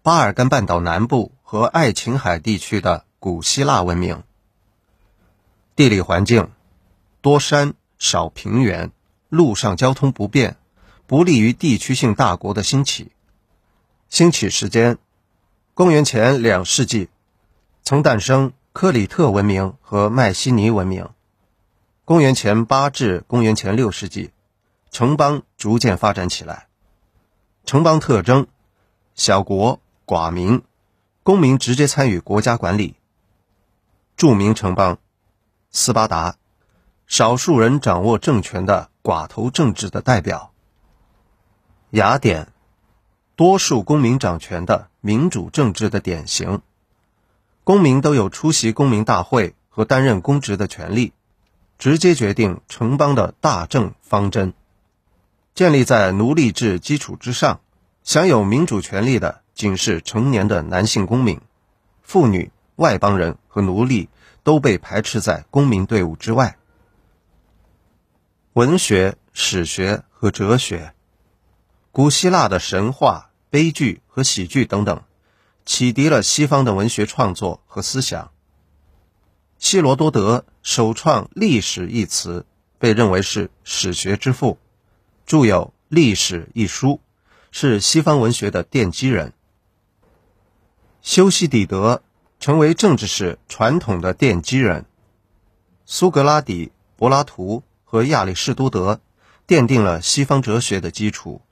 巴尔干半岛南部和爱琴海地区的古希腊文明。地理环境：多山少平原，陆上交通不便，不利于地区性大国的兴起。兴起时间：公元前2世纪，曾诞生科里特文明和迈锡尼文明。公元前8至公元前6世纪，城邦逐渐发展起来。城邦特征：小国，寡民，公民直接参与国家管理。著名城邦：斯巴达，少数人掌握政权的寡头政治的代表。雅典，多数公民掌权的民主政治的典型。公民都有出席公民大会和担任公职的权利，直接决定城邦的大政方针。建立在奴隶制基础之上，享有民主权利的仅是成年的男性公民，妇女、外邦人和奴隶都被排斥在公民队伍之外。文学、史学和哲学：古希腊的神话、悲剧和喜剧等等，启迪了西方的文学创作和思想。希罗多德首创历史一词，被认为是史学之父，著有《历史》一书，是西方文学的奠基人。修昔底德成为政治史传统的奠基人。苏格拉底、柏拉图和亚里士多德奠定了西方哲学的基础。